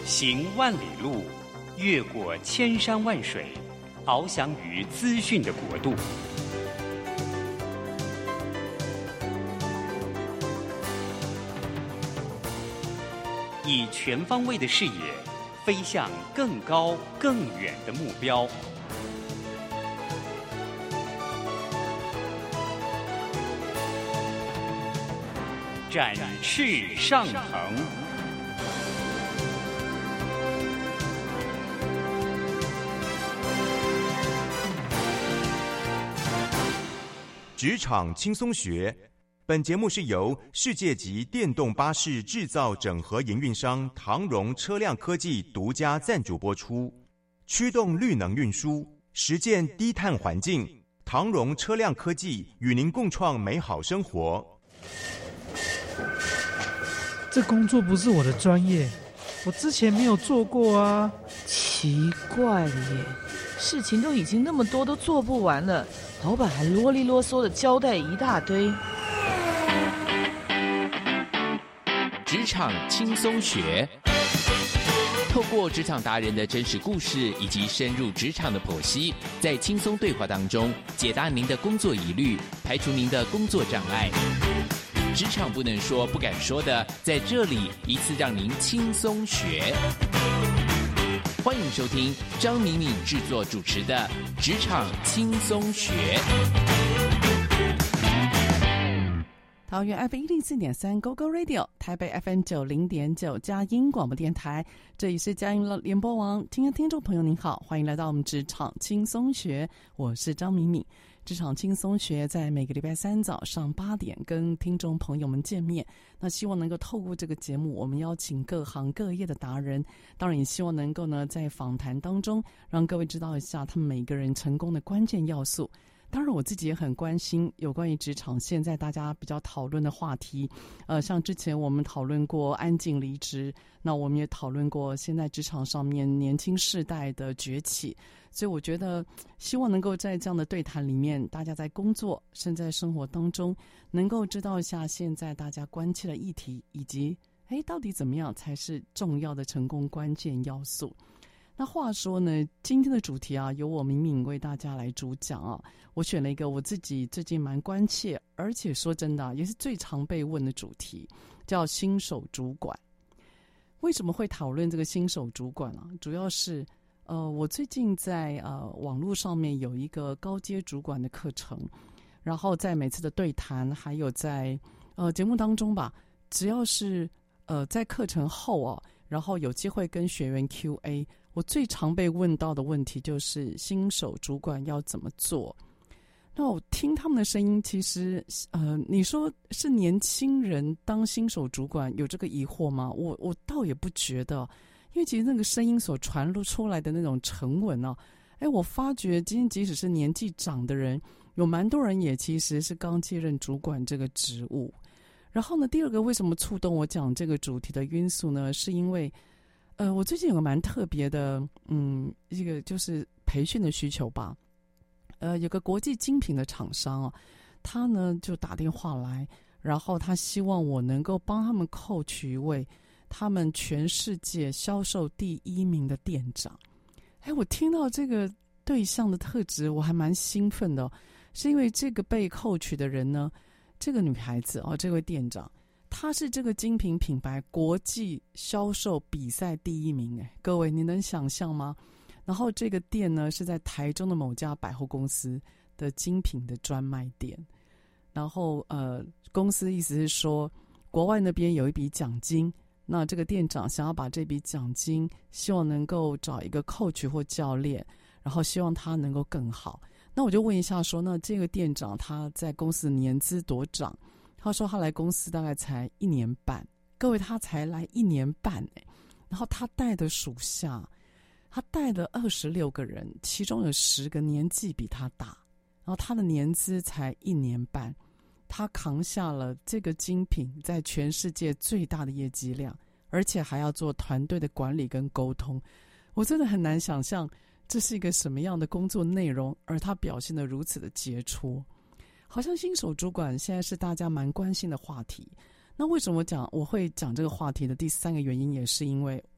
行万里路，越过千山万水，翱翔于资讯的国度。以全方位的视野，飞向更高更远的目标。展翅上腾。 职场轻松学，本节目是由世界级电动巴士制造整合营运商唐荣车辆科技独家赞助播出。驱动绿能运输，实践低碳环境，唐荣车辆科技与您共创美好生活。 这工作不是我的专业，我之前没有做过啊。 奇怪了耶，事情都已经那么多，都做不完了，老板还啰里啰嗦的交代一大堆。 职场轻松学，透过职场达人的真实故事以及深入职场的剖析，在轻松对话当中解答您的工作疑虑，排除您的工作障碍。职场不能说不敢说的，在这里一次让您轻松学。欢迎收听张敏敏制作主持的《职场轻松学》。 桃园 FM104.3 GoGo Radio， 台北 FM90.9 佳音广播电台，这里是佳音联播网。听众朋友您好，欢迎来到我们职场轻松学，我是张敏敏。职场轻松学在每个礼拜三早上8点跟听众朋友们见面，那希望能够透过这个节目，我们邀请各行各业的达人，当然也希望能够呢在访谈当中让各位知道一下他们每个人成功的关键要素。当然我自己也很关心有关于职场现在大家比较讨论的话题，像之前我们讨论过安静离职，那我们也讨论过现在职场上面年轻世代的崛起，所以我觉得希望能够在这样的对谈里面，大家在工作甚至在生活当中能够知道一下现在大家关切的议题，以及到底怎么样才是重要的成功关键要素。那话说呢，今天的主题由我敏敏为大家来主讲啊。我选了一个我自己最近蛮关切，而且说真的也是最常被问的主题，叫新手主管。为什么会讨论这个新手主管啊？主要是我最近在网络上面有一个高阶主管的课程，然后在每次的对谈，还有在节目当中吧，只要是在课程后然后有机会跟学员 QA， 我最常被问到的问题就是新手主管要怎么做。那我听他们的声音，其实你说是年轻人当新手主管有这个疑惑吗？我倒也不觉得，因为其实那个声音所传露出来的那种沉稳我发觉今天即使是年纪长的人，有蛮多人也其实是刚接任主管这个职务。然后呢，第二个为什么触动我讲这个主题的因素呢？是因为我最近有个蛮特别的一个就是培训的需求吧。有个国际精品的厂商他呢就打电话来，然后他希望我能够帮他们coach一位他们全世界销售第1名的店长。我听到这个对象的特质我还蛮兴奋的是因为这个被coach的人呢，这个女孩子这位店长，她是这个精品品牌国际销售比赛第1名各位你能想象吗？然后这个店呢是在台中的某家百货公司的精品的专卖店，然后公司意思是说国外那边有一笔奖金，那这个店长想要把这笔奖金希望能够找一个coach或教练，然后希望他能够更好。那我就问一下说，那这个店长他在公司的年资多长？他说他来公司大概才1年半，各位他才来1年半然后他带的属下，他带了26个人，其中有10个年纪比他大，然后他的年资才1年半，他扛下了这个精品在全世界最大的业绩量，而且还要做团队的管理跟沟通。我真的很难想象这是一个什么样的工作内容，而他表现得如此的杰出。好像新手主管现在是大家蛮关心的话题。那为什么我会讲这个话题的第3个原因，也是因为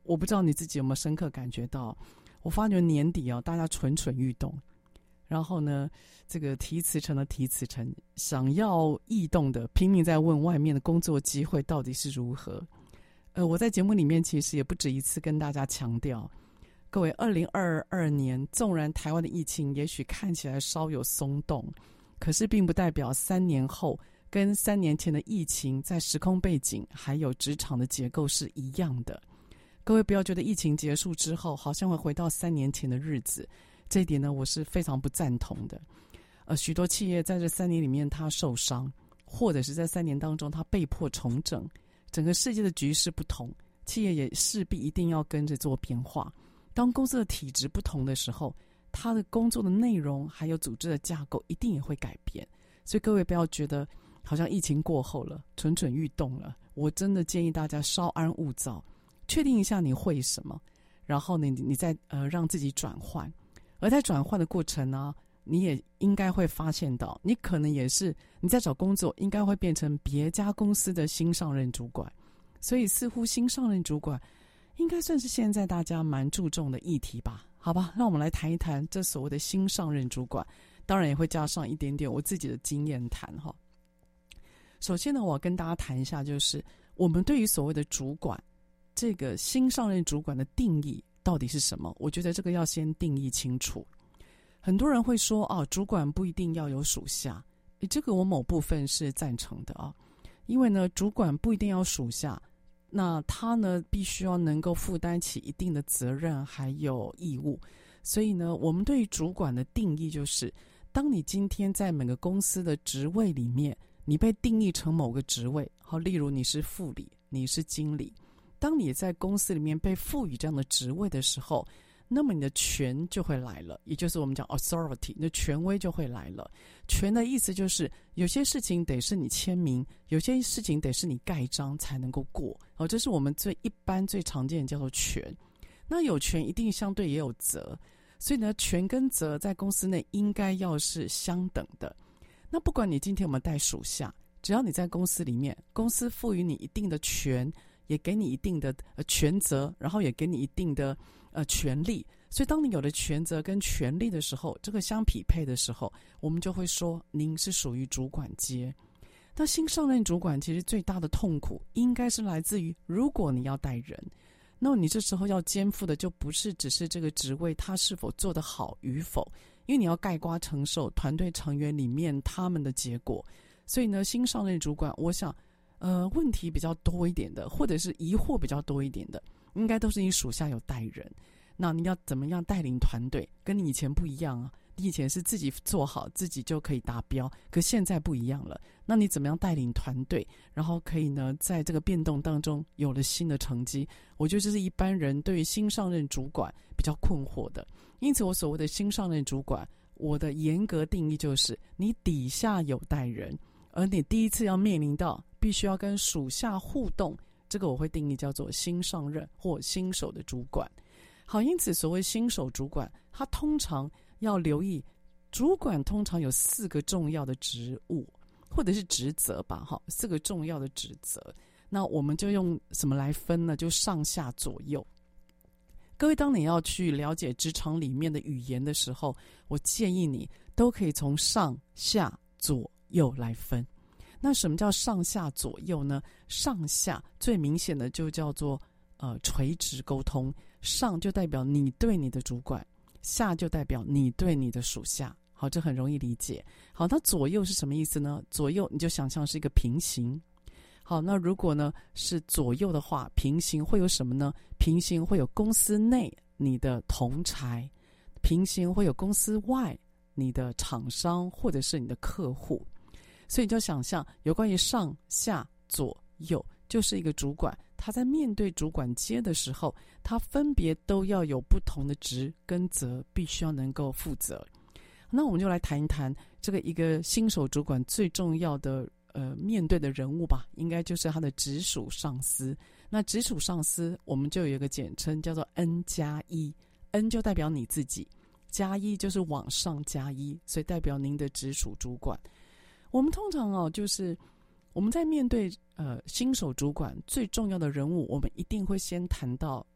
我不知道你自己有没有深刻感觉到，我发觉年底大家蠢蠢欲动，然后呢，这个提辞呈的提辞呈，想要异动的拼命在问外面的工作机会到底是如何。我在节目里面其实也不止一次跟大家强调，各位，2022年纵然台湾的疫情也许看起来稍有松动，可是并不代表3年后跟3年前的疫情在时空背景还有职场的结构是一样的。各位不要觉得疫情结束之后好像会回到3年前的日子，这一点呢我是非常不赞同的。许多企业在这3年里面它受伤，或者是在3年当中它被迫重整，整个世界的局势不同，企业也势必一定要跟着做变化。当公司的体质不同的时候，它的工作的内容还有组织的架构一定也会改变。所以各位不要觉得好像疫情过后了，蠢蠢欲动了，我真的建议大家稍安勿躁，确定一下你会什么，然后你再让自己转换。而在转换的过程呢，你也应该会发现到，你可能也是你在找工作应该会变成别家公司的新上任主管，所以似乎新上任主管应该算是现在大家蛮注重的议题吧。好吧，让我们来谈一谈这所谓的新上任主管，当然也会加上一点点我自己的经验谈哈。首先呢，我要跟大家谈一下，就是我们对于所谓的主管，这个新上任主管的定义到底是什么？我觉得这个要先定义清楚。很多人会说主管不一定要有属下，这个我某部分是赞成的因为呢，主管不一定要属下，那他呢必须要能够负担起一定的责任还有义务。所以呢，我们对于主管的定义就是，当你今天在每个公司的职位里面，你被定义成某个职位，例如你是副理，你是经理，当你在公司里面被赋予这样的职位的时候，那么你的权就会来了，也就是我们讲 authority， 你的权威就会来了。权的意思就是有些事情得是你签名，有些事情得是你盖章才能够过这是我们最一般最常见的叫做权。那有权一定相对也有责，所以呢，权跟责在公司内应该要是相等的。那不管你今天有没有带属下，只要你在公司里面，公司赋予你一定的权，也给你一定的权责，然后也给你一定的权利。所以当你有了权责跟权利的时候，这个相匹配的时候，我们就会说您是属于主管阶。那新上任主管其实最大的痛苦应该是来自于，如果你要带人，那你这时候要肩负的就不是只是这个职位他是否做得好与否，因为你要概括承受团队成员里面他们的结果。所以呢，新上任主管我想问题比较多一点的，或者是疑惑比较多一点的，应该都是你属下有带人。那你要怎么样带领团队，跟你以前不一样啊。你以前是自己做好自己就可以达标，可现在不一样了。那你怎么样带领团队，然后可以呢在这个变动当中有了新的成绩？我觉得这是一般人对于新上任主管比较困惑的。因此我所谓的新上任主管，我的严格定义就是你底下有带人，而你第一次要面临到必须要跟属下互动，这个我会定义叫做新上任或新手的主管。好，因此所谓新手主管，他通常要留意，主管通常有4个重要的职务或者是职责吧，4个重要的职责。那我们就用什么来分呢？就上下左右。各位，当你要去了解职场里面的语言的时候，我建议你都可以从上下左右来分。那什么叫上下左右呢？上下最明显的就叫做垂直沟通，上就代表你对你的主管，下就代表你对你的属下。好，这很容易理解。好，那左右是什么意思呢？左右你就想象是一个平行。好，那如果呢是左右的话，平行会有什么呢？平行会有公司内你的同儕，平行会有公司外你的厂商或者是你的客户。所以你就想象有关于上下左右，就是一个主管他在面对主管阶的时候，他分别都要有不同的职跟责，必须要能够负责。那我们就来谈一谈这个一个新手主管最重要的面对的人物吧，应该就是他的直属上司。那直属上司我们就有一个简称叫做 N+1， N 就代表你自己，加1就是往上加1，所以代表您的直属主管。我们通常就是我们在面对新手主管最重要的人物，我们一定会先谈到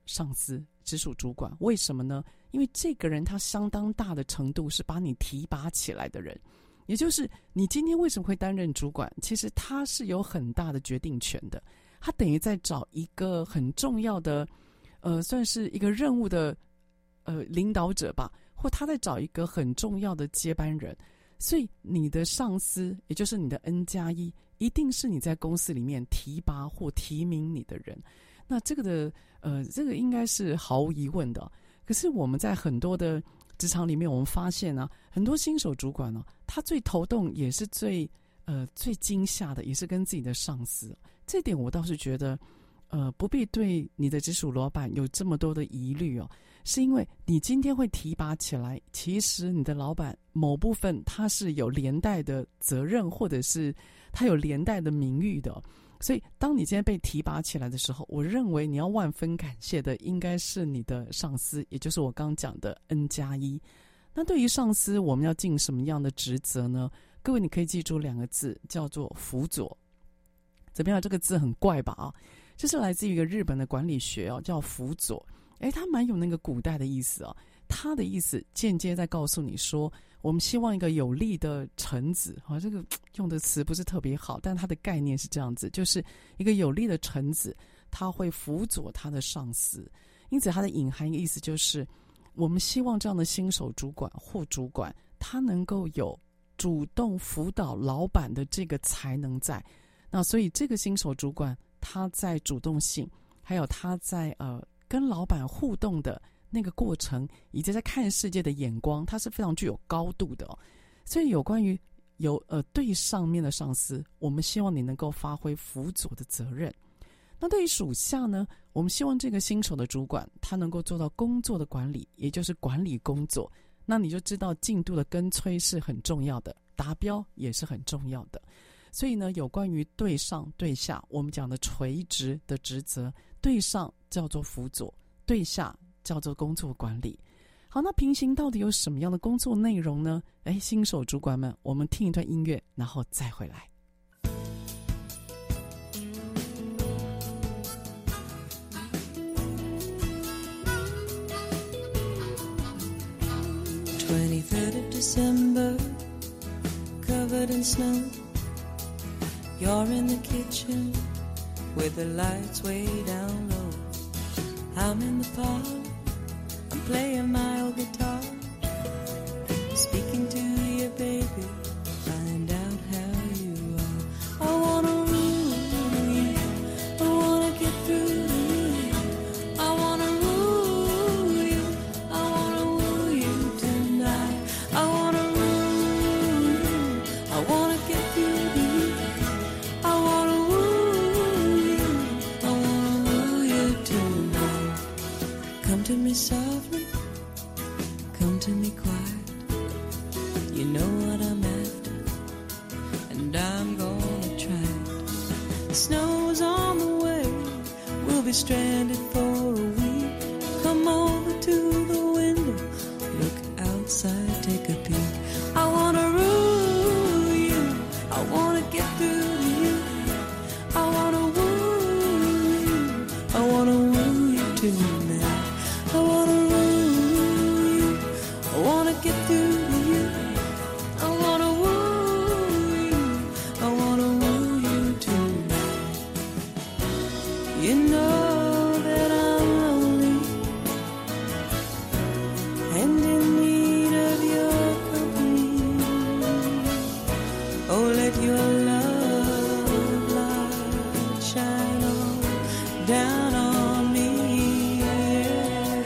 上司、直属主管。为什么呢？因为这个人他相当大的程度是把你提拔起来的人，也就是你今天为什么会担任主管，其实他是有很大的决定权的。他等于在找一个很重要的算是一个任务的领导者吧，或他在找一个很重要的接班人。所以你的上司，也就是你的 N+1，一定是你在公司里面提拔或提名你的人。那这个应该是毫无疑问的。可是我们在很多的职场里面，我们发现啊，很多新手主管呢，他最头痛也是最惊吓的，也是跟自己的上司。这点我倒是觉得不必对你的直属老板有这么多的疑虑哦，是因为你今天会提拔起来，其实你的老板某部分他是有连带的责任，或者是他有连带的名誉的。所以当你今天被提拔起来的时候，我认为你要万分感谢的应该是你的上司，也就是我刚讲的 N+1。那对于上司我们要尽什么样的职责呢？各位你可以记住2个字，叫做辅佐。怎么样？这个字很怪吧啊？这是来自于一个日本的管理学哦，叫辅佐。它蛮有那个古代的意思哦。他的意思间接在告诉你说，我们希望一个有力的臣子啊，这个用的词不是特别好，但他的概念是这样子，就是一个有力的臣子，他会辅佐他的上司。因此他的隐含一个意思就是，我们希望这样的新手主管或主管，他能够有主动辅导老板的这个才能在。那所以这个新手主管他在主动性，还有他在跟老板互动的那个过程，以及在看世界的眼光，它是非常具有高度的哦。所以有关于对上面的上司，我们希望你能够发挥辅佐的责任。那对于属下呢，我们希望这个新手的主管他能够做到工作的管理，也就是管理工作。那你就知道进度的跟催是很重要的，达标也是很重要的。所以呢，有关于对上对下，我们讲的垂直的职责，对上叫做辅佐，对下叫做工作管理。好，那平行到底有什么样的工作内容呢？新手主管们，我们听一段音乐，然后再回来。 23rd of December, covered in snow. You're in the kitchen with the lights way down low. I'm in the parlor, I'm playing my old guitar, speaking to you, baby, find out how you are. I wanna rule you, I wanna get through to you, I wanna rule you, I wanna woo you tonight. I wanna rule you, I wanna get through to you, I wanna woo you, I wanna woo you tonight. Come to me softly, come to me quiet. You know what I'm after, and I'm gonna try it. The snow's on the way, we'll be stranded for a week. Come over to the window, look outside, take a peek. I wanna rule you, I wanna get through to you, I wanna woo you, I wanna woo you tonight. I wanna rule you, I wanna get through to you, I wanna woo you, I wanna woo you tonight. You know that I'm lonely and in need of your company. Oh, let your love light shine on down on me. Yeah.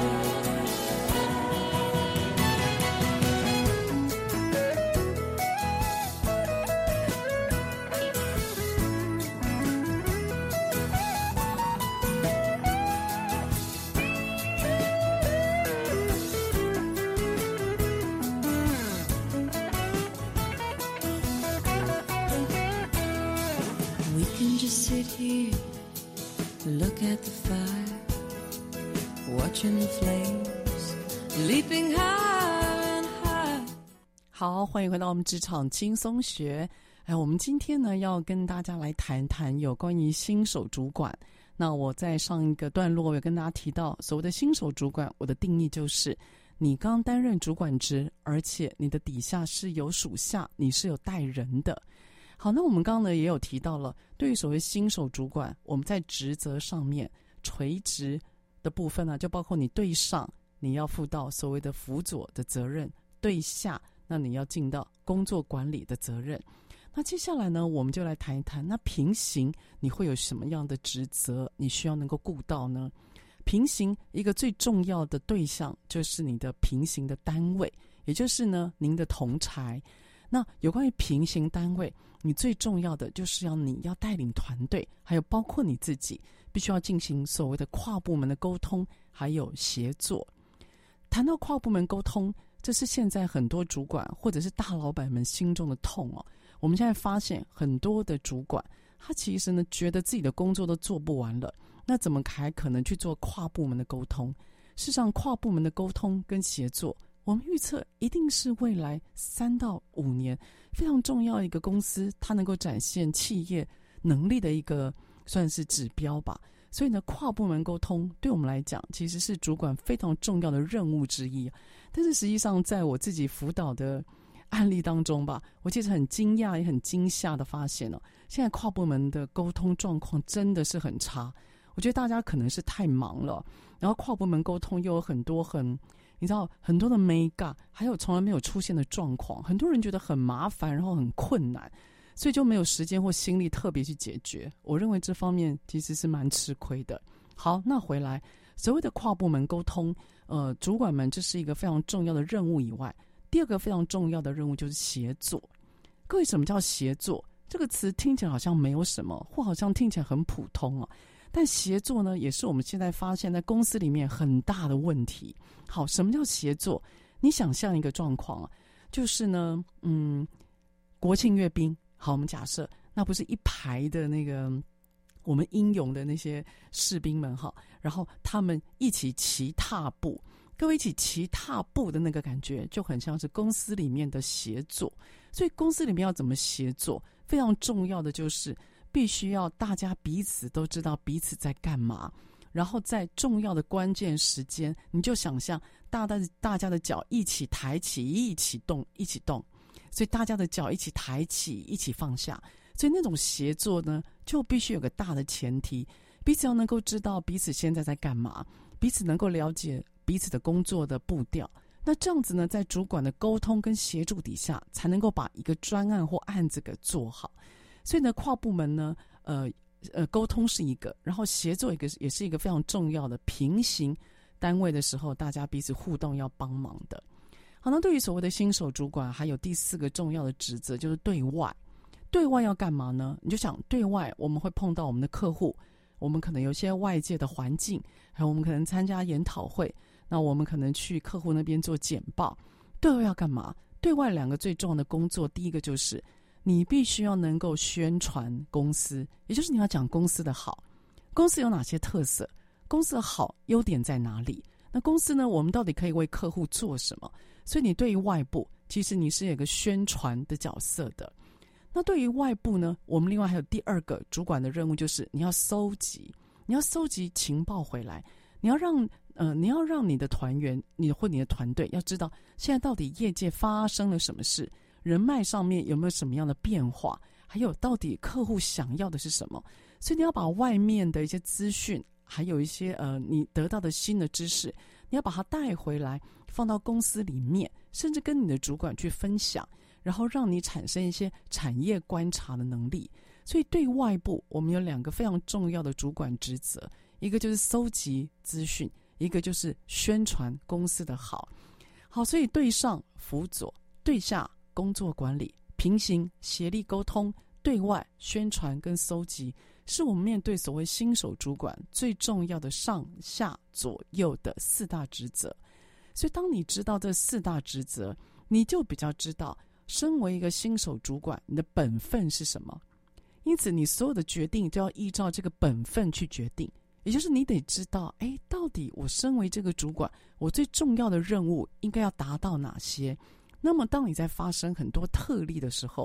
We can just sit here, look at the fire, watching the flames leaping high and high. 好，欢迎回到我们职场轻松学。我们今天呢要跟大家来谈谈有关于新手主管。 那我在上一个段落有跟大家提到，所谓的新手主管，我的定义就是你刚担任主管职，而且你的底下是有属下，你是有带人的。好，那我们刚刚呢也有提到了，对于所谓新手主管，我们在职责上面垂直的部分呢，就包括你对上你要负到所谓的辅佐的责任，对下那你要尽到工作管理的责任。那接下来呢，我们就来谈一谈，那平行你会有什么样的职责你需要能够顾到呢？平行一个最重要的对象就是你的平行的单位，也就是呢您的同侪。那有关于平行单位，你最重要的就是你要带领团队，还有包括你自己必须要进行所谓的跨部门的沟通还有协作。谈到跨部门沟通，这是现在很多主管或者是大老板们心中的痛哦。我们现在发现很多的主管，他其实呢觉得自己的工作都做不完了，那怎么还可能去做跨部门的沟通？事实上，跨部门的沟通跟协作，我们预测一定是未来3到5年非常重要一个公司它能够展现企业能力的一个算是指标吧。所以呢，跨部门沟通对我们来讲其实是主管非常重要的任务之一。但是实际上在我自己辅导的案例当中吧，我其实很惊讶也很惊吓的发现现在跨部门的沟通状况真的是很差。我觉得大家可能是太忙了，然后跨部门沟通又有很多你知道很多的mega，还有从来没有出现的状况，很多人觉得很麻烦，然后很困难，所以就没有时间或心力特别去解决。我认为这方面其实是蛮吃亏的。好，那回来所谓的跨部门沟通，主管们这是一个非常重要的任务以外，第二个非常重要的任务就是协作。各位，什么叫协作？这个词听起来好像没有什么，或好像听起来很普通但协作呢，也是我们现在发现在公司里面很大的问题。好，什么叫协作？你想象一个状况就是呢，国庆阅兵，好，我们假设那不是一排的那个我们英勇的那些士兵们然后他们一起齐踏步，各位一起齐踏步的那个感觉就很像是公司里面的协作。所以公司里面要怎么协作，非常重要的就是必须要大家彼此都知道彼此在干嘛，然后在重要的关键时间，你就想象大家的脚一起抬起，一起动，一起动，所以大家的脚一起抬起，一起放下。所以那种协作呢，就必须有个大的前提，彼此要能够知道彼此现在在干嘛，彼此能够了解彼此的工作的步调。那这样子呢，在主管的沟通跟协助底下，才能够把一个专案或案子给做好。所以呢，跨部门呢，沟通是一个，然后协作也是一个非常重要的平行单位的时候，大家彼此互动要帮忙的。好，那对于所谓的新手主管，还有第4个重要的职责就是对外。对外要干嘛呢？你就想对外我们会碰到我们的客户，我们可能有些外界的环境，还有我们可能参加研讨会，那我们可能去客户那边做简报。对外要干嘛？对外2个最重要的工作，第一个就是你必须要能够宣传公司，也就是你要讲公司的好，公司有哪些特色，公司的好优点在哪里，那公司呢我们到底可以为客户做什么。所以你对于外部其实你是有一个宣传的角色的。那对于外部呢，我们另外还有第2个主管的任务，就是你要搜集情报回来，你要让你的团员你的团队要知道现在到底业界发生了什么事，人脉上面有没有什么样的变化，还有到底客户想要的是什么。所以你要把外面的一些资讯，还有一些你得到的新的知识，你要把它带回来放到公司里面，甚至跟你的主管去分享，然后让你产生一些产业观察的能力。所以对外部我们有2个非常重要的主管职责，一个就是搜集资讯，一个就是宣传公司的好。好，所以对上辅佐，对下工作管理，平行协力沟通，对外宣传跟搜集，是我们面对所谓新手主管最重要的上下左右的4大职责。所以当你知道这4大职责，你就比较知道身为一个新手主管你的本分是什么。因此你所有的决定都要依照这个本分去决定，也就是你得知道到底我身为这个主管，我最重要的任务应该要达到哪些。那么当你在发生很多特例的时候，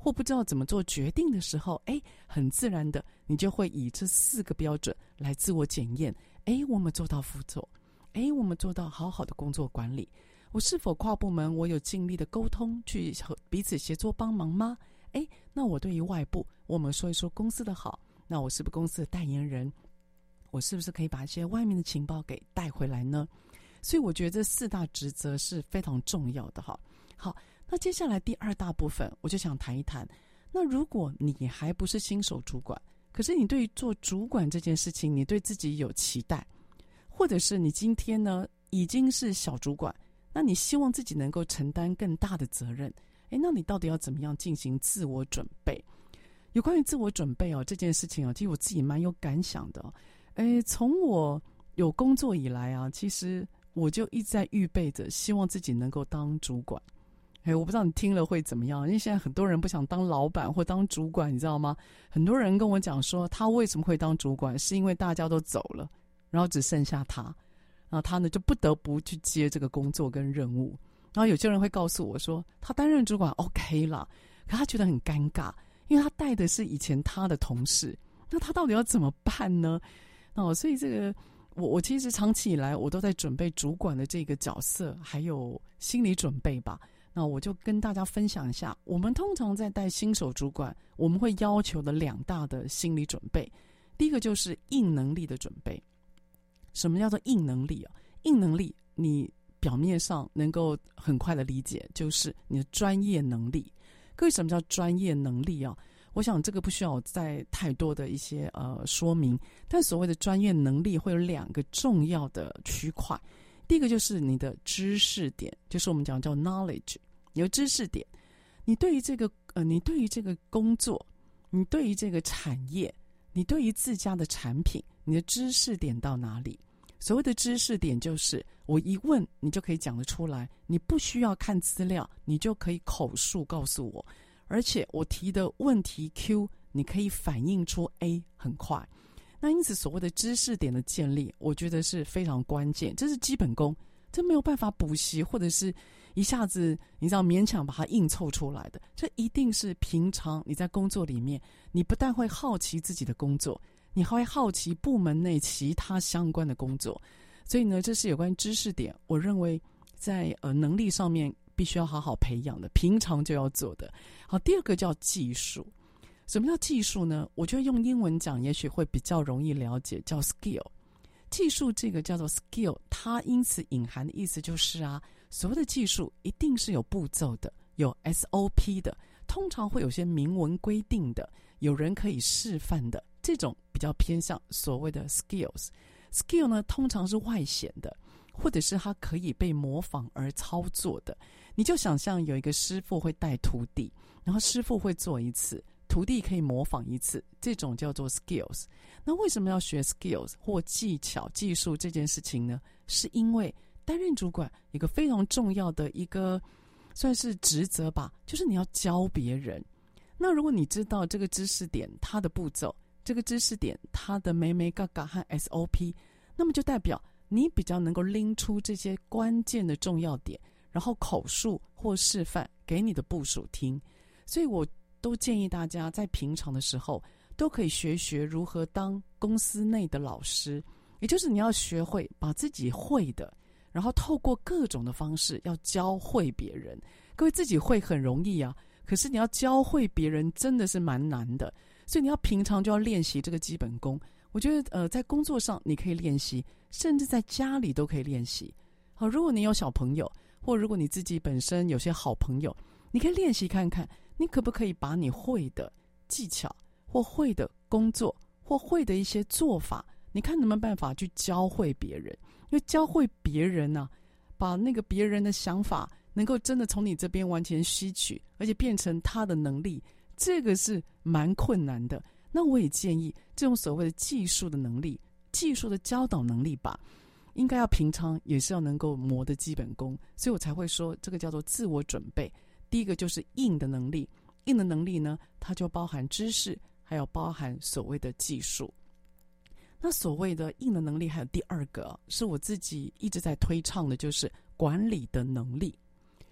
或不知道怎么做决定的时候，很自然的你就会以这4个标准来自我检验，我们做到辅佐，我们做到好好的工作管理，我是否跨部门我有尽力的沟通去和彼此协作帮忙吗？那我对于外部我们说一说公司的好，那我是不是公司的代言人，我是不是可以把一些外面的情报给带回来呢？所以我觉得这4大职责是非常重要的哈。好，那接下来第2大部分我就想谈一谈，那如果你还不是新手主管，可是你对于做主管这件事情你对自己有期待，或者是你今天呢已经是小主管，那你希望自己能够承担更大的责任，那你到底要怎么样进行自我准备？有关于自我准备这件事情其实我自己蛮有感想的从我有工作以来其实我就一直在预备着希望自己能够当主管。我不知道你听了会怎么样，因为现在很多人不想当老板或当主管，你知道吗？很多人跟我讲说他为什么会当主管，是因为大家都走了，然后只剩下他，然后他呢就不得不去接这个工作跟任务。然后有些人会告诉我说他担任主管 OK 啦，可他觉得很尴尬，因为他带的是以前他的同事，那他到底要怎么办呢？所以这个我其实长期以来我都在准备主管的这个角色还有心理准备吧。那我就跟大家分享一下，我们通常在带新手主管我们会要求的2大的心理准备。第一个就是硬能力的准备。什么叫做硬能力硬能力你表面上能够很快的理解，就是你的专业能力。各位，什么叫专业能力我想这个不需要再太多的一些说明，但所谓的专业能力会有2个重要的区块。第一个就是你的知识点，就是我们讲叫 knowledge， 你的知识点，你对于这个工作，你对于这个产业，你对于自家的产品，你的知识点到哪里？所谓的知识点就是我一问你就可以讲得出来，你不需要看资料，你就可以口述告诉我，而且我提的问题 Q 你可以反映出 A 很快。那因此所谓的知识点的建立我觉得是非常关键，这是基本功，这没有办法补习或者是一下子你知道勉强把它硬凑出来的，这一定是平常你在工作里面，你不但会好奇自己的工作，你还会好奇部门内其他相关的工作。所以呢，这是有关知识点我认为在能力上面必须要好好培养的，平常就要做的。好，第2个叫技术。什么叫技术呢？我觉得用英文讲也许会比较容易了解，叫 skill。 技术这个叫做 skill， 它因此隐含的意思就是所谓的技术一定是有步骤的，有 SOP 的，通常会有些明文规定的，有人可以示范的，这种比较偏向所谓的 skills。 skill 呢通常是外显的，或者是它可以被模仿而操作的。你就想象有一个师傅会带徒弟，然后师傅会做一次，徒弟可以模仿一次，这种叫做 skills。 那为什么要学 skills 或技巧技术这件事情呢？是因为担任主管一个非常重要的一个算是职责吧，就是你要教别人。那如果你知道这个知识点它的步骤，这个知识点它的眉眉角角和 SOP， 那么就代表你比较能够拎出这些关键的重要点，然后口述或示范给你的部属听。所以我都建议大家在平常的时候都可以学学如何当公司内的老师，也就是你要学会把自己会的，然后透过各种的方式要教会别人。各位，自己会很容易可是你要教会别人真的是蛮难的，所以你要平常就要练习这个基本功。我觉得在工作上你可以练习，甚至在家里都可以练习。好，如果你有小朋友，或如果你自己本身有些好朋友，你可以练习看看，你可不可以把你会的技巧或会的工作或会的一些做法，你看能不能办法去教会别人。因为教会别人把那个别人的想法能够真的从你这边完全吸取，而且变成他的能力，这个是蛮困难的。那我也建议这种所谓的技术的能力，技术的教导能力吧，应该要平常也是要能够磨的基本功。所以我才会说这个叫做自我准备。第一个就是硬的能力，硬的能力呢，它就包含知识，还有包含所谓的技术。那所谓的硬的能力还有第2个是我自己一直在推倡的，就是管理的能力。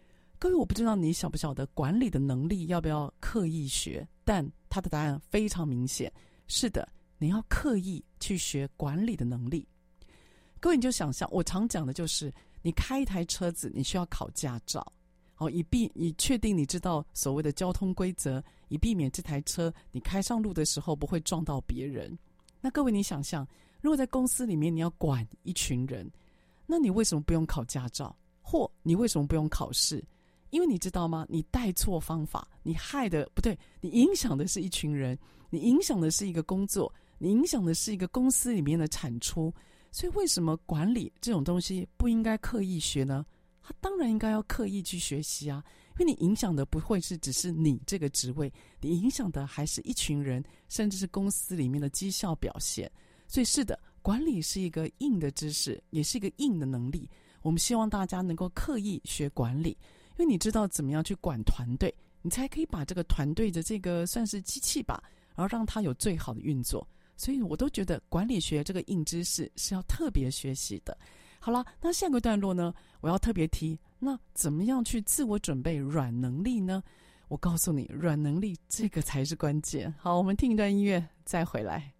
各位，我不知道你晓不晓得管理的能力要不要刻意学，但他的答案非常明显，是的，你要刻意去学管理的能力。各位，你就想象，我常讲的就是，你开一台车子，你需要考驾照，以确定你知道所谓的交通规则，以避免这台车你开上路的时候不会撞到别人。那各位，你想象，如果在公司里面你要管一群人，那你为什么不用考驾照？或你为什么不用考试？因为你知道吗？你带错方法，你害的不对，你影响的是一群人，你影响的是一个工作，你影响的是一个公司里面的产出。所以为什么管理这种东西不应该刻意学呢？它当然应该要刻意去学习啊，因为你影响的不会是只是你这个职位，你影响的还是一群人，甚至是公司里面的绩效表现。所以是的，管理是一个硬的知识，也是一个硬的能力。我们希望大家能够刻意学管理，因为你知道怎么样去管团队，你才可以把这个团队的这个算是机器吧，然后让它有最好的运作。所以我都觉得管理学这个硬知识是要特别学习的。好了，那下个段落呢，我要特别提，那怎么样去自我准备软能力呢？我告诉你，软能力这个才是关键。好，我们听一段音乐再回来。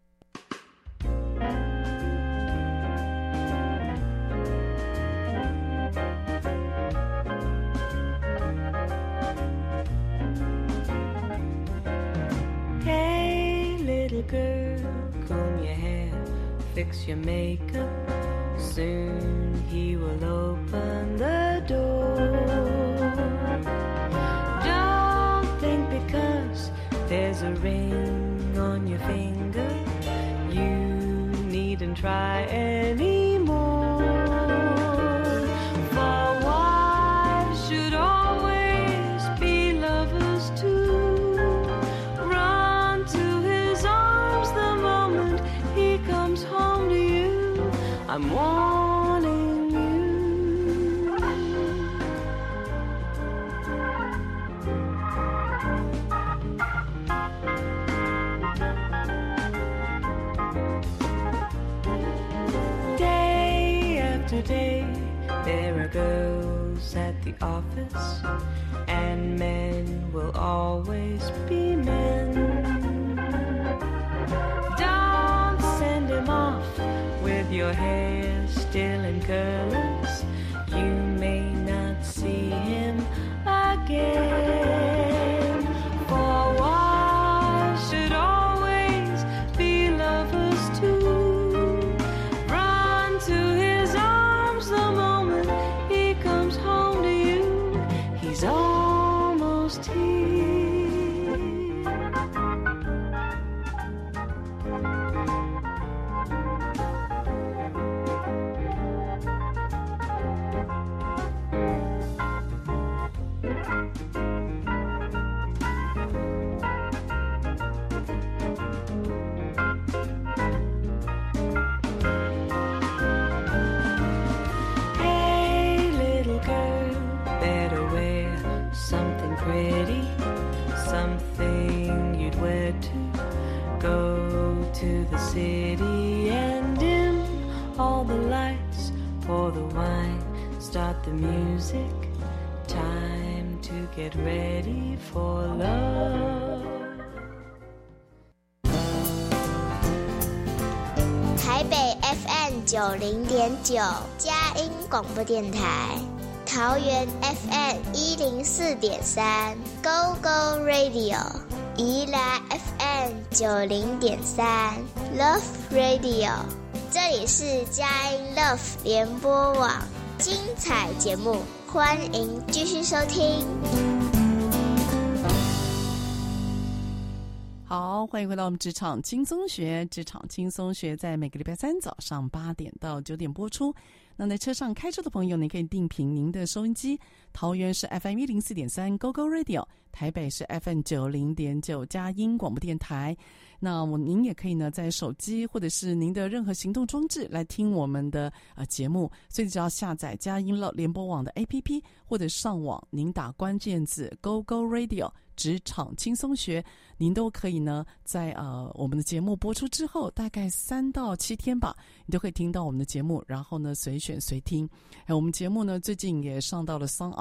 Hey, little girl, comb your hair, fix your makeup. Soon he will open the door. Don't think because there's a ring on your finger, you needn't try anymore. For wives should always be lovers too. Run to his arms the moment he comes home to you. I'm warning you. Day after day, there are girls at the office, and men will always be men. Don't send him off with your hair still in curlers. You may not see him again. For wives should always be lovers too. Run to his arms the moment he comes home to you. He's almost here. Hey, little girl, better wear something pretty, something you'd wear to go to the city, and dim all the lights, pour the wine, start the music. Time to get ready for love. 台北 FM 90.9佳音广播电台，桃园 FM 104.3 Go Go Radio， 宜兰 FM 90.3 Love Radio， 这里是佳音 Love 联播网，精彩节目，欢迎继续收听。 好，欢迎回到我们职场轻松学。职场轻松学在每个礼拜三早上8点到9点播出。那在车上开车的朋友，你可以定频您的收音机，桃园是 FM 104.3 Go Go Radio， 台北是 FM 90.9佳音广播电台。那您也可以呢，在手机或者是您的任何行动装置来听我们的节目，所以只要下载佳音乐联播网的 APP， 或者上网，您打关键字 Go Go Radio 职场轻松学，您都可以呢，在我们的节目播出之后，大概3到7天吧，你都可以听到我们的节目，然后呢随选随听。我们节目呢最近也上到了SoundOn，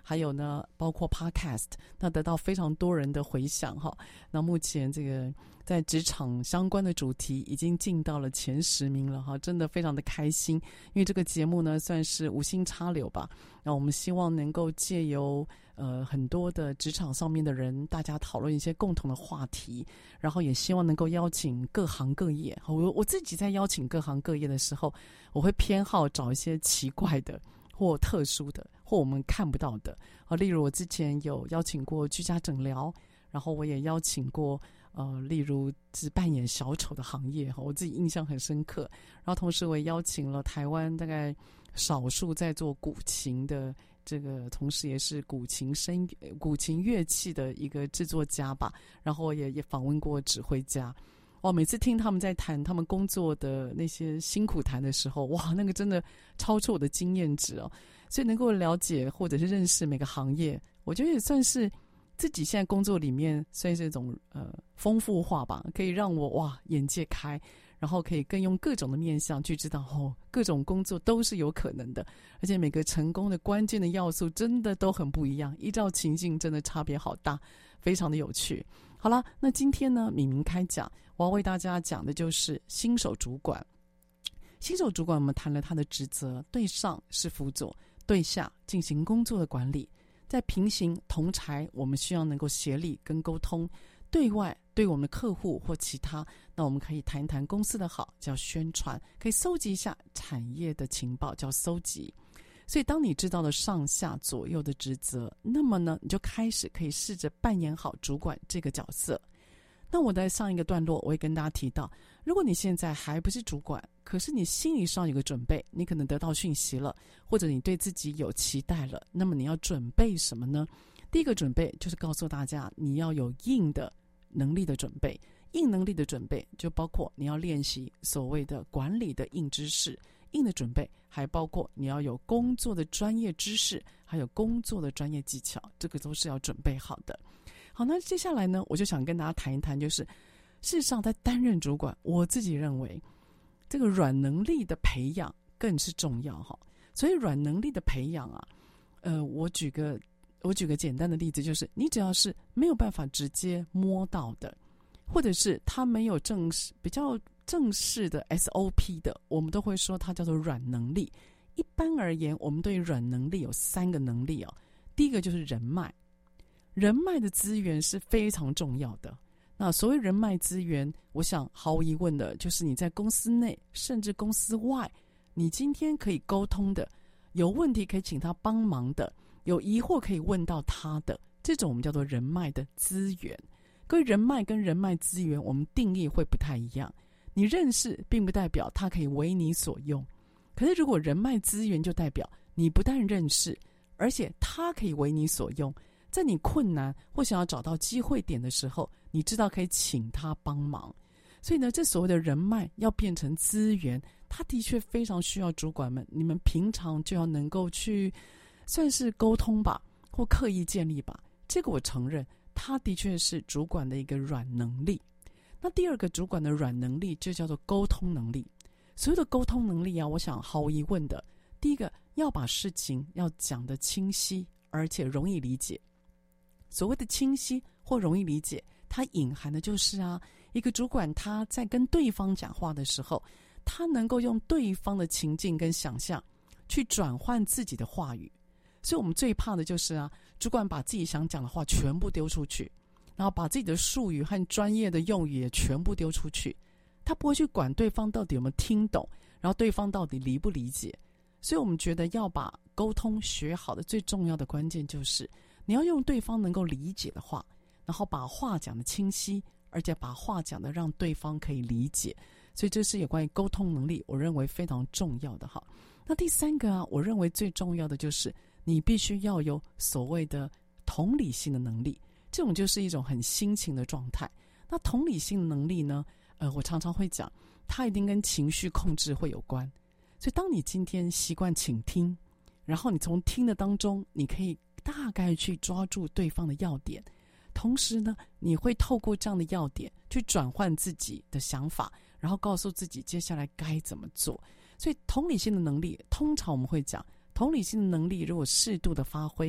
还有呢包括 Podcast， 那得到非常多人的回响哈。那目前这个在职场相关的主题已经进到了前10名了哈，真的非常的开心。因为这个节目呢算是无心插柳吧，那我们希望能够借由很多的职场上面的人，大家讨论一些共同的话题，然后也希望能够邀请各行各业。我自己在邀请各行各业的时候，我会偏好找一些奇怪的或特殊的或我们看不到的。例如我之前有邀请过居家诊疗，然后我也邀请过例如是扮演小丑的行业，我自己印象很深刻。然后同时我也邀请了台湾大概少数在做古琴的这个，同时也是古琴乐器的一个制作家吧，然后也访问过指挥家。每次听他们在谈他们工作的那些辛苦谈的时候，哇，那个真的超出我的经验值哦。所以能够了解或者是认识每个行业，我觉得也算是自己现在工作里面算是一种丰富化吧，可以让我眼界开，然后可以更用各种的面向去知道各种工作都是有可能的，而且每个成功的关键的要素真的都很不一样，依照情境真的差别好大，非常的有趣。好了，那今天呢敏明开讲，我要为大家讲的就是新手主管。新手主管我们谈了他的职责，对上是辅佐，对下进行工作的管理，在平行同侪我们需要能够协力跟沟通，对外对我们的客户或其他，那我们可以谈一谈公司的好，叫宣传，可以搜集一下产业的情报，叫搜集。所以当你知道了上下左右的职责，那么呢你就开始可以试着扮演好主管这个角色。那我在上一个段落我会跟大家提到，如果你现在还不是主管，可是你心理上有个准备，你可能得到讯息了，或者你对自己有期待了，那么你要准备什么呢？第一个准备就是告诉大家，你要有硬的能力的准备。硬能力的准备就包括你要练习所谓的管理的硬知识，硬的准备还包括你要有工作的专业知识，还有工作的专业技巧，这个都是要准备好的。好，那接下来呢我就想跟大家谈一谈，就是事实上在担任主管，我自己认为这个软能力的培养更是重要哈。所以软能力的培养啊，我举个简单的例子，就是你只要是没有办法直接摸到的，或者是他没有比较正式的 SOP 的，我们都会说它叫做软能力。一般而言，我们对软能力有3个能力哦。第一个就是人脉，人脉的资源是非常重要的。那所谓人脉资源，我想毫无疑问的就是你在公司内甚至公司外，你今天可以沟通的，有问题可以请他帮忙的，有疑惑可以问到他的，这种我们叫做人脉的资源。各位，人脉跟人脉资源我们定义会不太一样，你认识并不代表他可以为你所用，可是如果人脉资源就代表你不但认识，而且他可以为你所用，在你困难或想要找到机会点的时候，你知道可以请他帮忙。所以呢，这所谓的人脉要变成资源，他的确非常需要主管们，你们平常就要能够去算是沟通吧，或刻意建立吧，这个我承认他的确是主管的一个软能力。那第二个主管的软能力就叫做沟通能力。所谓的沟通能力啊，我想毫无疑问的，第一个要把事情要讲得清晰而且容易理解。所谓的清晰或容易理解，它隐含的就是一个主管他在跟对方讲话的时候，他能够用对方的情境跟想象去转换自己的话语。所以我们最怕的就是主管把自己想讲的话全部丢出去，然后把自己的术语和专业的用语也全部丢出去，他不会去管对方到底有没有听懂，然后对方到底理不理解。所以我们觉得要把沟通学好的最重要的关键就是你要用对方能够理解的话，然后把话讲得清晰，而且把话讲得让对方可以理解。所以这是有关于沟通能力，我认为非常重要的哈。那第三个我认为最重要的就是你必须要有所谓的同理心的能力，这种就是一种很心情的状态。那同理心的能力呢，我常常会讲，它一定跟情绪控制会有关。所以当你今天习惯倾听，然后你从听的当中，你可以大概去抓住对方的要点，同时呢，你会透过这样的要点去转换自己的想法，然后告诉自己接下来该怎么做。所以同理心的能力，通常我们会讲，同理心的能力如果适度的发挥，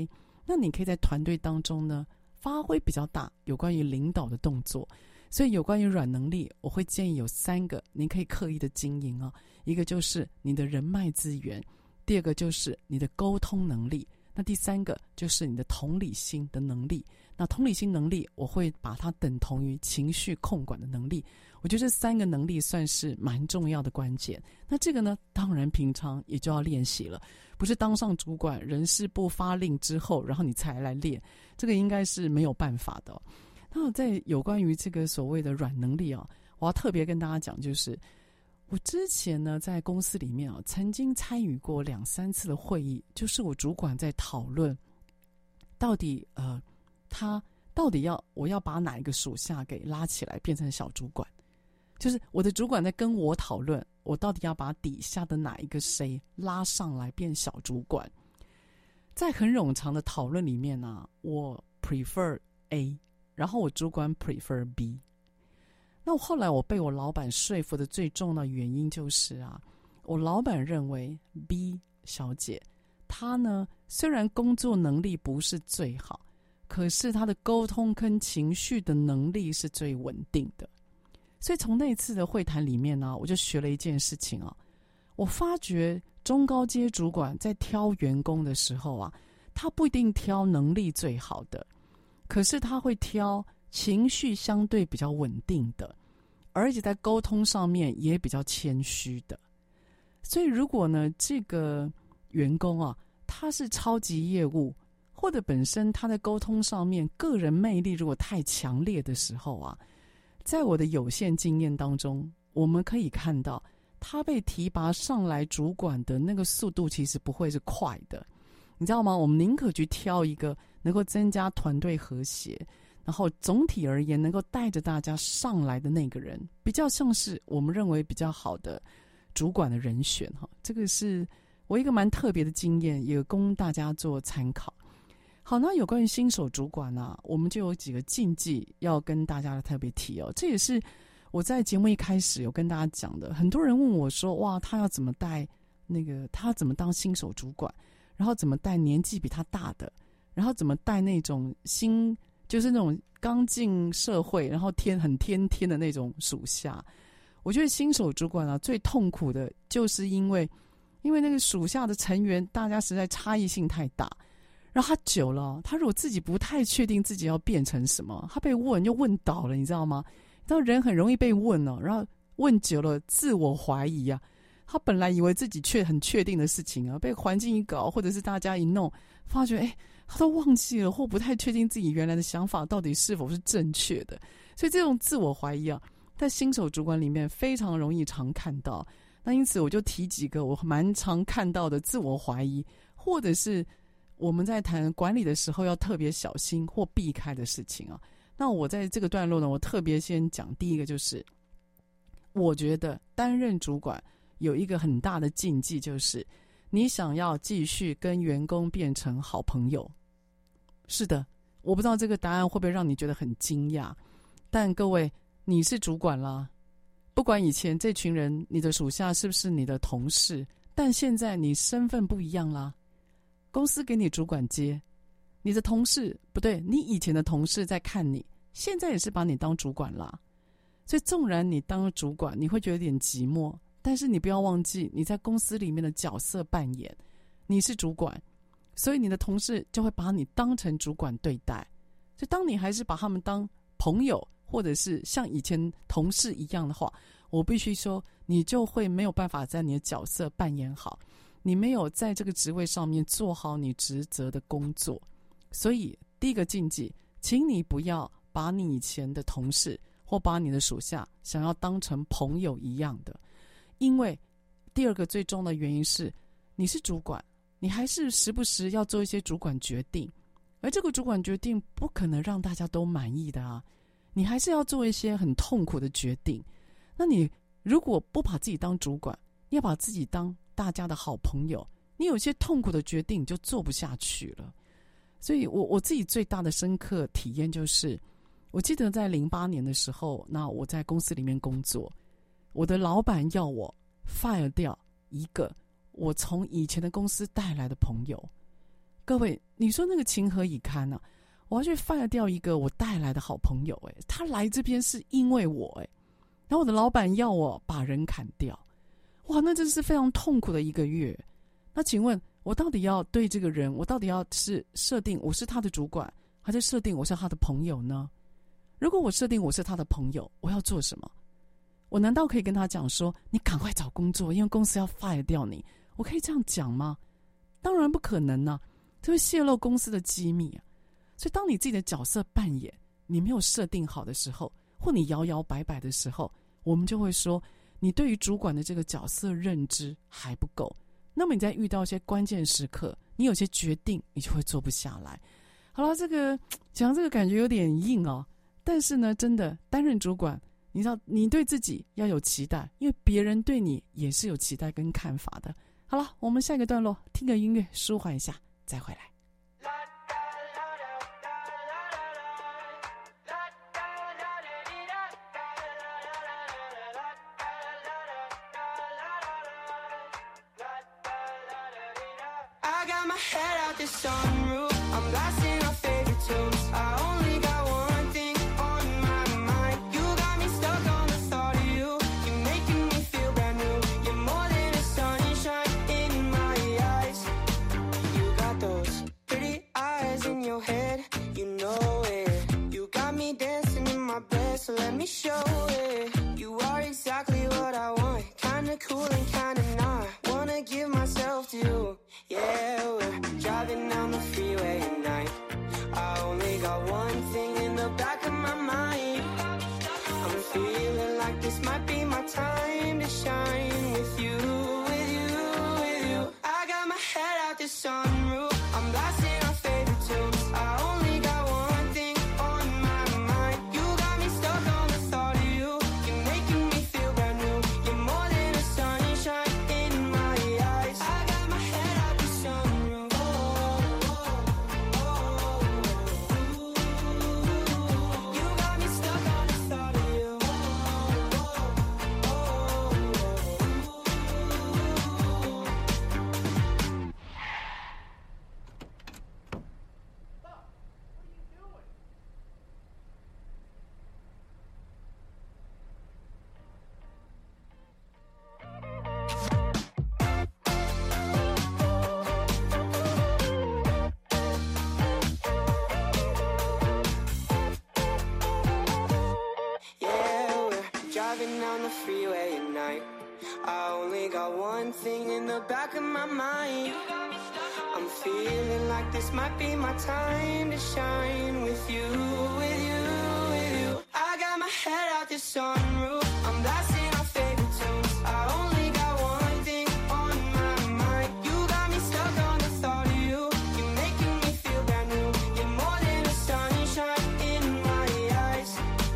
那你可以在团队当中呢发挥比较大有关于领导的动作。所以有关于软能力，我会建议有3个你可以刻意的经营啊。一个就是你的人脉资源，第二个就是你的沟通能力，那第3个就是你的同理心的能力。那同理心能力我会把它等同于情绪控管的能力。我觉得这3个能力算是蛮重要的关键。那这个呢，当然平常也就要练习了，不是当上主管人事部发令之后然后你才来练，这个应该是没有办法的。那在有关于这个所谓的软能力啊，我要特别跟大家讲，就是我之前呢在公司里面啊，曾经参与过2-3次的会议，就是我主管在讨论到底他到底我要把哪一个属下给拉起来变成小主管，就是我的主管在跟我讨论，我到底要把底下的哪一个谁拉上来变小主管。在很冗长的讨论里面呢，我 prefer A， 然后我主管 prefer B。 那后来我被我老板说服的最重要的原因就是啊，我老板认为 B 小姐她呢虽然工作能力不是最好，可是她的沟通跟情绪的能力是最稳定的。所以从那次的会谈里面呢，我就学了一件事情啊，我发觉中高阶主管在挑员工的时候啊，他不一定挑能力最好的，可是他会挑情绪相对比较稳定的，而且在沟通上面也比较谦虚的。所以如果呢这个员工啊，他是超级业务，或者本身他在沟通上面个人魅力如果太强烈的时候啊，在我的有限经验当中，我们可以看到他被提拔上来主管的那个速度其实不会是快的，你知道吗？我们宁可去挑一个能够增加团队和谐，然后总体而言能够带着大家上来的那个人，比较像是我们认为比较好的主管的人选。这个是我一个蛮特别的经验，也供大家做参考。好，那有关于新手主管啊，我们就有几个禁忌要跟大家特别提哦。这也是我在节目一开始有跟大家讲的。很多人问我说，哇，他要怎么带他怎么当新手主管，然后怎么带年纪比他大的，然后怎么带那种就是那种刚进社会然后很天的那种属下。我觉得新手主管啊，最痛苦的就是因为那个属下的成员大家实在差异性太大，然后他久了，他如果自己不太确定自己要变成什么，他被问就问倒了，你知道吗？你知道人很容易被问哦，然后问久了自我怀疑啊，他本来以为自己很确定的事情啊，被环境一搞或者是大家一弄，发觉他都忘记了，或不太确定自己原来的想法到底是否是正确的。所以这种自我怀疑啊，在新手主管里面非常容易常看到。那因此我就提几个我蛮常看到的自我怀疑，或者是我们在谈管理的时候要特别小心或避开的事情啊。那我在这个段落呢，我特别先讲第一个，就是我觉得担任主管有一个很大的禁忌，就是你想要继续跟员工变成好朋友。是的，我不知道这个答案会不会让你觉得很惊讶，但各位，你是主管啦，不管以前这群人你的属下是不是你的同事，但现在你身份不一样啦，公司给你主管接，你的同事不对，你以前的同事在看你，现在也是把你当主管啦。所以纵然你当主管你会觉得有点寂寞，但是你不要忘记你在公司里面的角色扮演，你是主管，所以你的同事就会把你当成主管对待。所以当你还是把他们当朋友，或者是像以前同事一样的话，我必须说你就会没有办法在你的角色扮演好，你没有在这个职位上面做好你职责的工作。所以第一个禁忌，请你不要把你以前的同事或把你的属下想要当成朋友一样的。因为第二个最重要的原因是，你是主管，你还是时不时要做一些主管决定，而这个主管决定不可能让大家都满意的啊，你还是要做一些很痛苦的决定。那你如果不把自己当主管，你要把自己当大家的好朋友，你有些痛苦的决定你就做不下去了。所以我自己最大的深刻体验就是，我记得在08年的时候，那我在公司里面工作，我的老板要我 fire 掉一个我从以前的公司带来的朋友。 各位，你说那个情何以堪啊？我要去fire掉一个我带来的好朋友，他来这边是因为我，然后我的老板要我把人砍掉，哇，那真是非常痛苦的一个月。那请问我到底要对这个人，我到底要是设定我是他的主管，还是设定我是他的朋友呢？如果我设定我是他的朋友，我要做什么？我难道可以跟他讲说，你赶快找工作，因为公司要 fire 掉你？我可以这样讲吗？当然不可能啊，这会泄露公司的机密啊。所以当你自己的角色扮演你没有设定好的时候，或你摇摇摆摆的时候，我们就会说你对于主管的这个角色认知还不够。那么你在遇到一些关键时刻，你有些决定你就会做不下来。好了，这个讲这个感觉有点硬哦，但是呢，真的担任主管，你知道你对自己要有期待，因为别人对你也是有期待跟看法的。好了，我们下一个段落听个音乐舒缓一下再回来。 I got my head out the sunroof. I'm blasting our favorite tunes. I only got one thing on my mind. You got me stuck on the thought of you. You're making me feel brand new. You're more than a sunshine in my eyes. You got those pretty eyes in your head. You know it. You got me dancing in my bed, so let me show it. You are exactly what I want. Kinda cool and kinda not. Wanna give myself to you. Yeah, we're driving down the freeway at night. I only got one thing in the back of my mind. I'm feeling like this might be my time to shine with you, with you, with you. I got my head out the sunroof. I'm blasting our favorite tunes. I only got one thing on my mind. You got me stuck on the thought of you. You're making me feel brand new. You're more than a sunshine in my eyes. I got my head out the sunroof. You got me stuck on the thought of you. Yeah, we're driving down the freeway at night. I only got one thing in the back of my mind. I'm feeling like this might be my time to shine with you, with you, with you. I got my head out the sunroof. I'm blasting our favorite tunes. I only got one thing on my mind. You got me stuck on the thought of you. You're making me feel brand new. You're more than a sunshine in my eyes.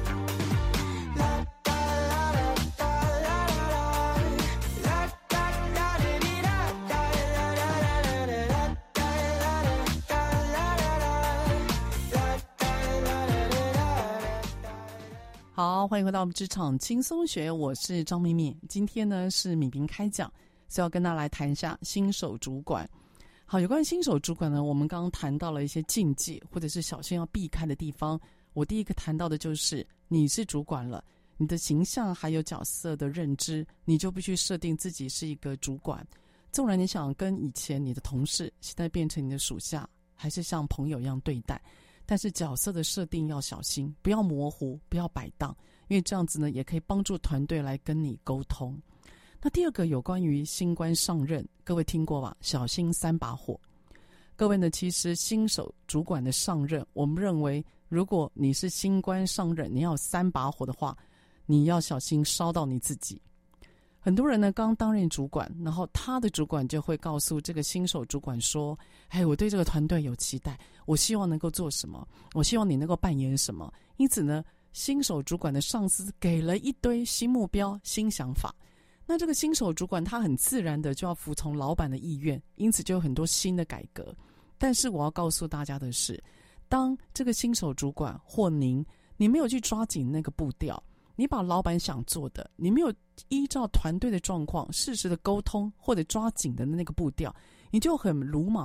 La da la da da la da da. La da da da dee da da la da da da da la da la da da la da da. La da la da da da. 好，欢迎回到我们职场轻松学，我是张咪咪。今天呢是米平开讲，是要跟大家来谈一下新手主管。好，有关于新手主管呢，我们刚刚谈到了一些禁忌或者是小心要避开的地方。我第一个谈到的就是你是主管了，你的形象还有角色的认知，你就必须设定自己是一个主管。纵然你想跟以前你的同事现在变成你的属下，还是像朋友一样对待，但是角色的设定要小心，不要模糊，不要摆荡，因为这样子呢也可以帮助团队来跟你沟通。那第二个有关于新官上任，各位听过吧？小心三把火。各位呢，其实新手主管的上任，我们认为如果你是新官上任，你要有三把火的话，你要小心烧到你自己。很多人呢刚担任主管，然后他的主管就会告诉这个新手主管说，我对这个团队有期待，我希望能够做什么，我希望你能够扮演什么。因此呢，新手主管的上司给了一堆新目标、新想法，那这个新手主管他很自然的就要服从老板的意愿，因此就有很多新的改革。但是我要告诉大家的是，当这个新手主管或你没有去抓紧那个步调，你把老板想做的，你没有依照团队的状况适时的沟通或者抓紧的那个步调，你就很鲁莽的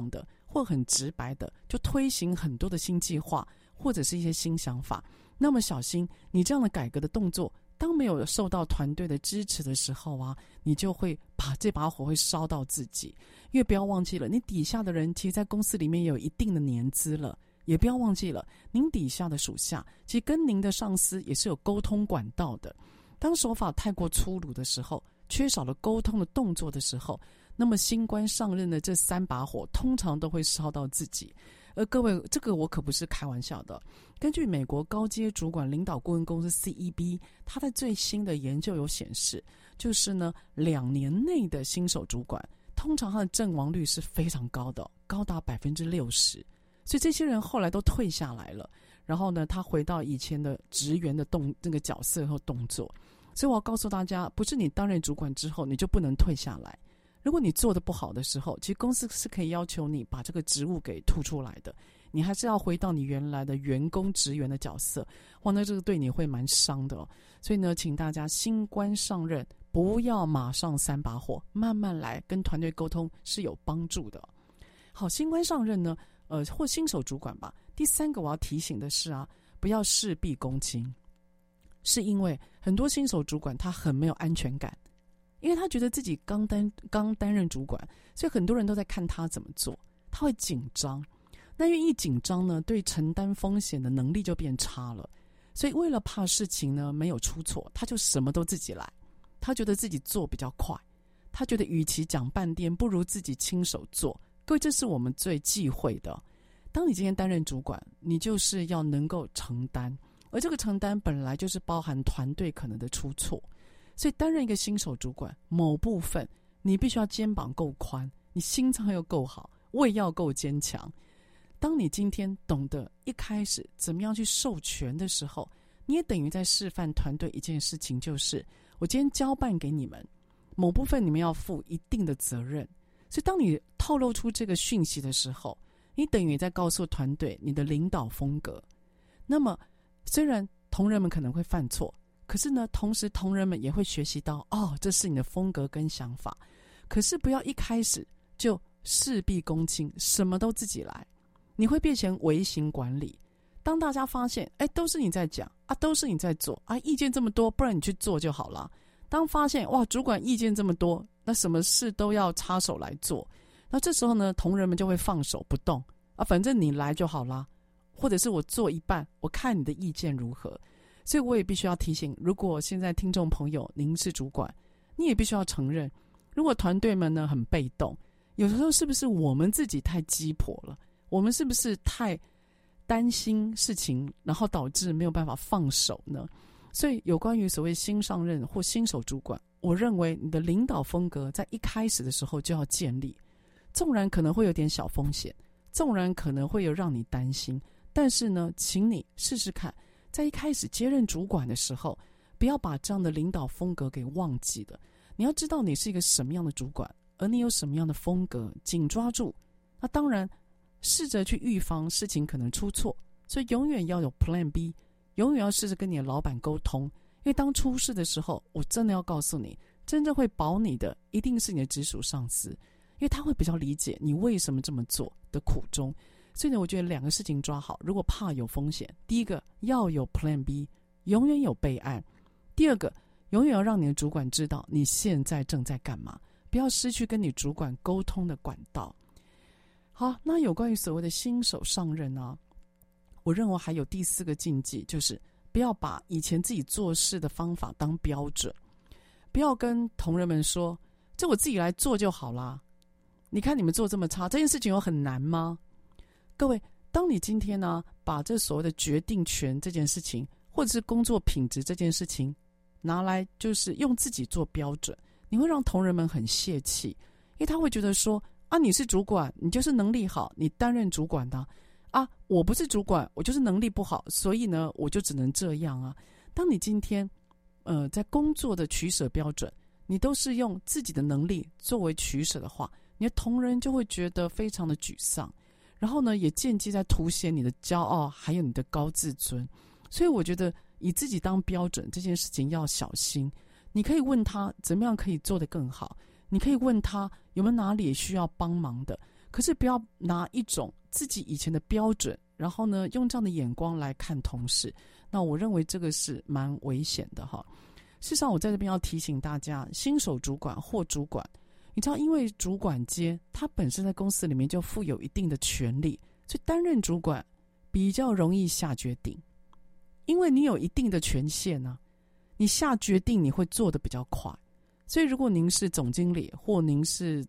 或很直白的就推行很多的新计划或者是一些新想法，那么小心你这样的改革的动作，当没有受到团队的支持的时候啊，你就会把这把火会烧到自己。因为不要忘记了，你底下的人其实在公司里面也有一定的年资了，也不要忘记了您底下的属下其实跟您的上司也是有沟通管道的。当手法太过粗鲁的时候，缺少了沟通的动作的时候，那么新官上任的这3把火通常都会烧到自己。而各位，这个我可不是开玩笑的。根据美国高阶主管领导顾问公司 CEB， 它在最新的研究有显示，就是呢2年内的新手主管，通常他的阵亡率是非常高的，高达60%。所以这些人后来都退下来了，然后呢，他回到以前的职员的这个角色和动作。所以我要告诉大家，不是你担任主管之后你就不能退下来。如果你做得不好的时候，其实公司是可以要求你把这个职务给吐出来的，你还是要回到你原来的员工职员的角色。哇，那这个对你会蛮伤的哦。所以呢，请大家新官上任不要马上3把火，慢慢来，跟团队沟通是有帮助的。好，新官上任呢或新手主管吧，第3个我要提醒的是啊，不要事必躬亲。是因为很多新手主管他很没有安全感，因为他觉得自己刚担任主管，所以很多人都在看他怎么做，他会紧张。那因为一紧张呢，对承担风险的能力就变差了，所以为了怕事情呢没有出错，他就什么都自己来。他觉得自己做比较快，他觉得与其讲半天，不如自己亲手做。各位，这是我们最忌讳的。当你今天担任主管，你就是要能够承担，而这个承担本来就是包含团队可能的出错。所以担任一个新手主管，某部分你必须要肩膀够宽，你心脏要够好，胃要够坚强。当你今天懂得一开始怎么样去授权的时候，你也等于在示范团队一件事情，就是我今天交办给你们，某部分你们要负一定的责任。所以当你透露出这个讯息的时候，你等于在告诉团队你的领导风格。那么虽然同仁们可能会犯错，可是呢，同时同仁们也会学习到，这是你的风格跟想法。可是不要一开始就事必躬亲，什么都自己来，你会变成微型管理。当大家发现都是你在讲啊，都是你在做啊，意见这么多，不然你去做就好了。当发现哇，主管意见这么多，那什么事都要插手来做，那这时候呢，同仁们就会放手不动啊，反正你来就好啦，或者是我做一半，我看你的意见如何。所以我也必须要提醒，如果现在听众朋友您是主管，你也必须要承认，如果团队们呢很被动，有时候是不是我们自己太鸡婆了？我们是不是太担心事情，然后导致没有办法放手呢？所以有关于所谓新上任或新手主管，我认为你的领导风格在一开始的时候就要建立。纵然可能会有点小风险，纵然可能会有让你担心，但是呢，请你试试看，在一开始接任主管的时候，不要把这样的领导风格给忘记了。你要知道你是一个什么样的主管，而你有什么样的风格，紧抓住。那当然试着去预防事情可能出错，所以永远要有 Plan B， 永远要试着跟你的老板沟通。因为当出事的时候，我真的要告诉你，真正会保你的一定是你的直属上司，因为他会比较理解你为什么这么做的苦衷。所以呢，我觉得2个事情抓好。如果怕有风险，第一个要有 Plan B， 永远有备案。第二个，永远要让你的主管知道你现在正在干嘛，不要失去跟你主管沟通的管道。好，那有关于所谓的新手上任啊，我认为还有第4个禁忌，就是不要把以前自己做事的方法当标准，不要跟同仁们说，这我自己来做就好啦。你看你们做这么差，这件事情有很难吗？各位，当你今天呢，把这所谓的决定权这件事情，或者是工作品质这件事情拿来就是用自己做标准，你会让同仁们很泄气，因为他会觉得说啊，你是主管，你就是能力好，你担任主管的啊，我不是主管，我就是能力不好，所以呢，我就只能这样啊。当你今天在工作的取舍标准，你都是用自己的能力作为取舍的话，你的同仁就会觉得非常的沮丧，然后呢，也间接在凸显你的骄傲，还有你的高自尊。所以我觉得以自己当标准这件事情要小心。你可以问他怎么样可以做得更好，你可以问他有没有哪里需要帮忙的， 可是不要拿一种自己以前的标准，然后呢用这样的眼光来看同事，那我认为这个是蛮危险的哈。事实上我在这边要提醒大家，新手主管或主管，你知道因为主管阶他本身在公司里面就负有一定的权利，所以担任主管比较容易下决定，因为你有一定的权限啊，你下决定你会做得比较快。所以如果您是总经理或您是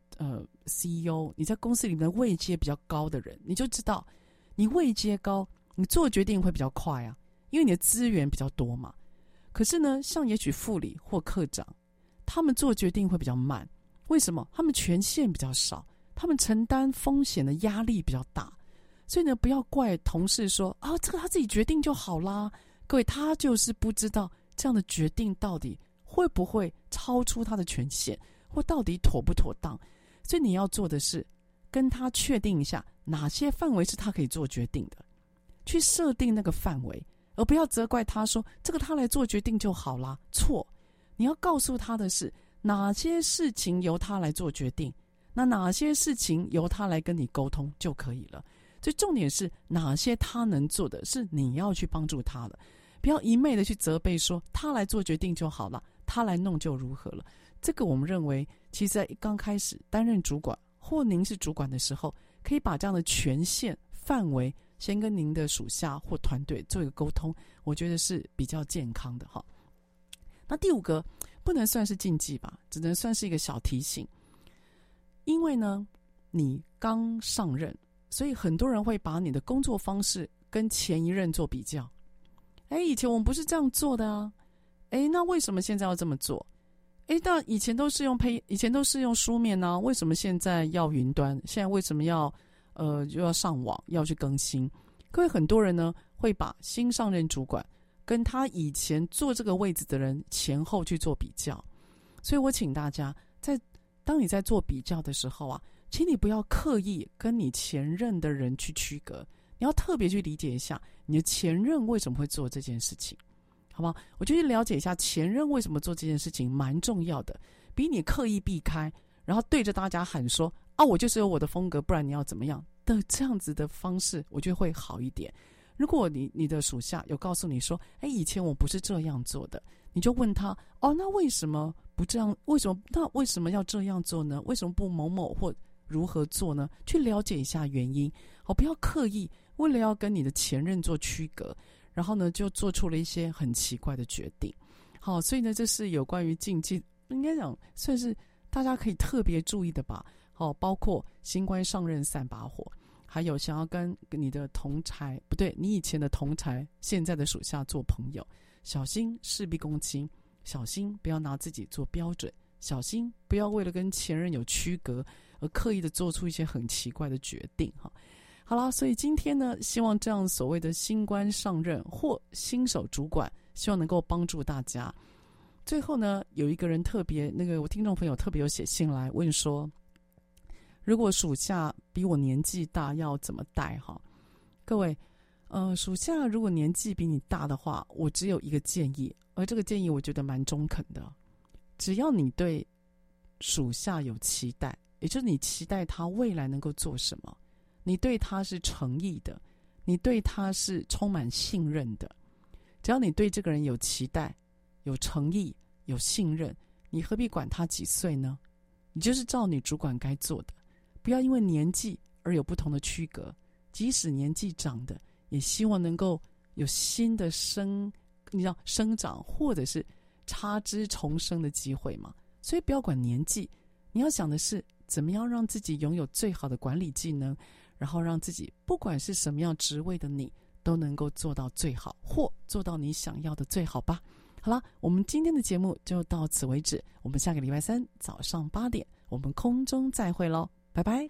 CEO， 你在公司里面位阶比较高的人，你就知道你位阶高，你做决定会比较快啊，因为你的资源比较多嘛。可是呢，像也许副理或科长，他们做决定会比较慢，为什么？他们权限比较少，他们承担风险的压力比较大。所以呢，不要怪同事说啊，这个他自己决定就好啦。各位，他就是不知道这样的决定到底会不会超出他的权限，或到底妥不妥当。所以你要做的是跟他确定一下哪些范围是他可以做决定的，去设定那个范围，而不要责怪他说这个他来做决定就好啦。错，你要告诉他的是哪些事情由他来做决定，那哪些事情由他来跟你沟通就可以了。所以重点是哪些他能做的是你要去帮助他的，不要一昧的去责备说他来做决定就好了，他来弄就如何了。这个我们认为其实在刚开始担任主管或您是主管的时候，可以把这样的权限范围先跟您的属下或团队做一个沟通，我觉得是比较健康的哈。那第五个不能算是禁忌吧，只能算是一个小提醒。因为呢你刚上任，所以很多人会把你的工作方式跟前一任做比较。以前我们不是这样做的啊，那为什么现在要这么做？那以前都是用书面啊，为什么现在要云端？现在为什么要就要上网，要去更新？各位，很多人呢会把新上任主管跟他以前坐这个位置的人前后去做比较。所以我请大家当你在做比较的时候啊，请你不要刻意跟你前任的人去区隔，你要特别去理解一下你的前任为什么会做这件事情，好吗？我就去了解一下前任为什么做这件事情蛮重要的，比你刻意避开，然后对着大家喊说啊，我就是有我的风格，不然你要怎么样的这样子的方式，我觉得会好一点。如果你的属下有告诉你说，以前我不是这样做的，你就问他，那为什么不这样？为什么要这样做呢？为什么不某某或如何做呢？去了解一下原因，不要刻意为了要跟你的前任做区隔，然后呢就做出了一些很奇怪的决定。好，所以呢这是有关于禁忌，应该讲算是大家可以特别注意的吧。包括新官上任3把火，还有想要跟你的同才，不对，你以前的同才现在的属下做朋友，小心事必躬亲，小心不要拿自己做标准，小心不要为了跟前任有区隔而刻意的做出一些很奇怪的决定。好啦，所以今天呢，希望这样所谓的新官上任或新手主管，希望能够帮助大家。最后呢，有一个人特别，我听众朋友特别有写信来问说，如果属下比我年纪大要怎么带哈？各位，属下如果年纪比你大的话，我只有一个建议，而这个建议我觉得蛮中肯的。只要你对属下有期待，也就是你期待他未来能够做什么，你对他是诚意的，你对他是充满信任的，只要你对这个人有期待、有诚意、有信任，你何必管他几岁呢？你就是照你主管该做的，不要因为年纪而有不同的区隔，即使年纪长的，也希望能够有新的生长或者是插枝重生的机会嘛。所以不要管年纪，你要想的是怎么样让自己拥有最好的管理技能，然后让自己不管是什么样职位的你都能够做到最好，或做到你想要的最好吧。好了，我们今天的节目就到此为止，我们下个礼拜3早上8点我们空中再会咯，拜拜。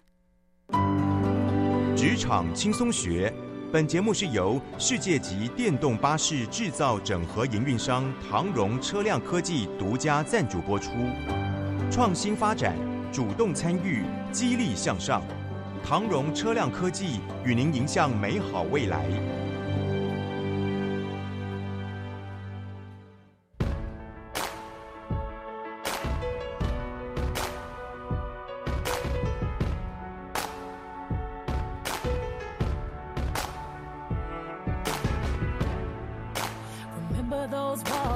职场轻松学，本节目是由世界级电动巴士制造整合营运商唐荣车辆科技独家赞助播出。创新发展，主动参与，激励向上。唐荣车辆科技与您迎向美好未来。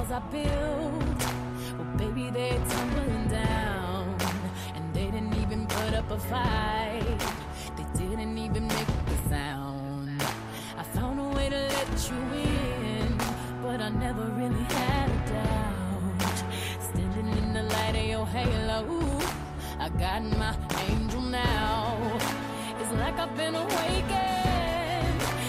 walls I built, well, baby, they're tumbling down. And they didn't even put up a fight. They didn't even make a sound. I found a way to let you in, but I never really had a doubt. Standing in the light of your halo, I got my angel now. It's like I've been awakened,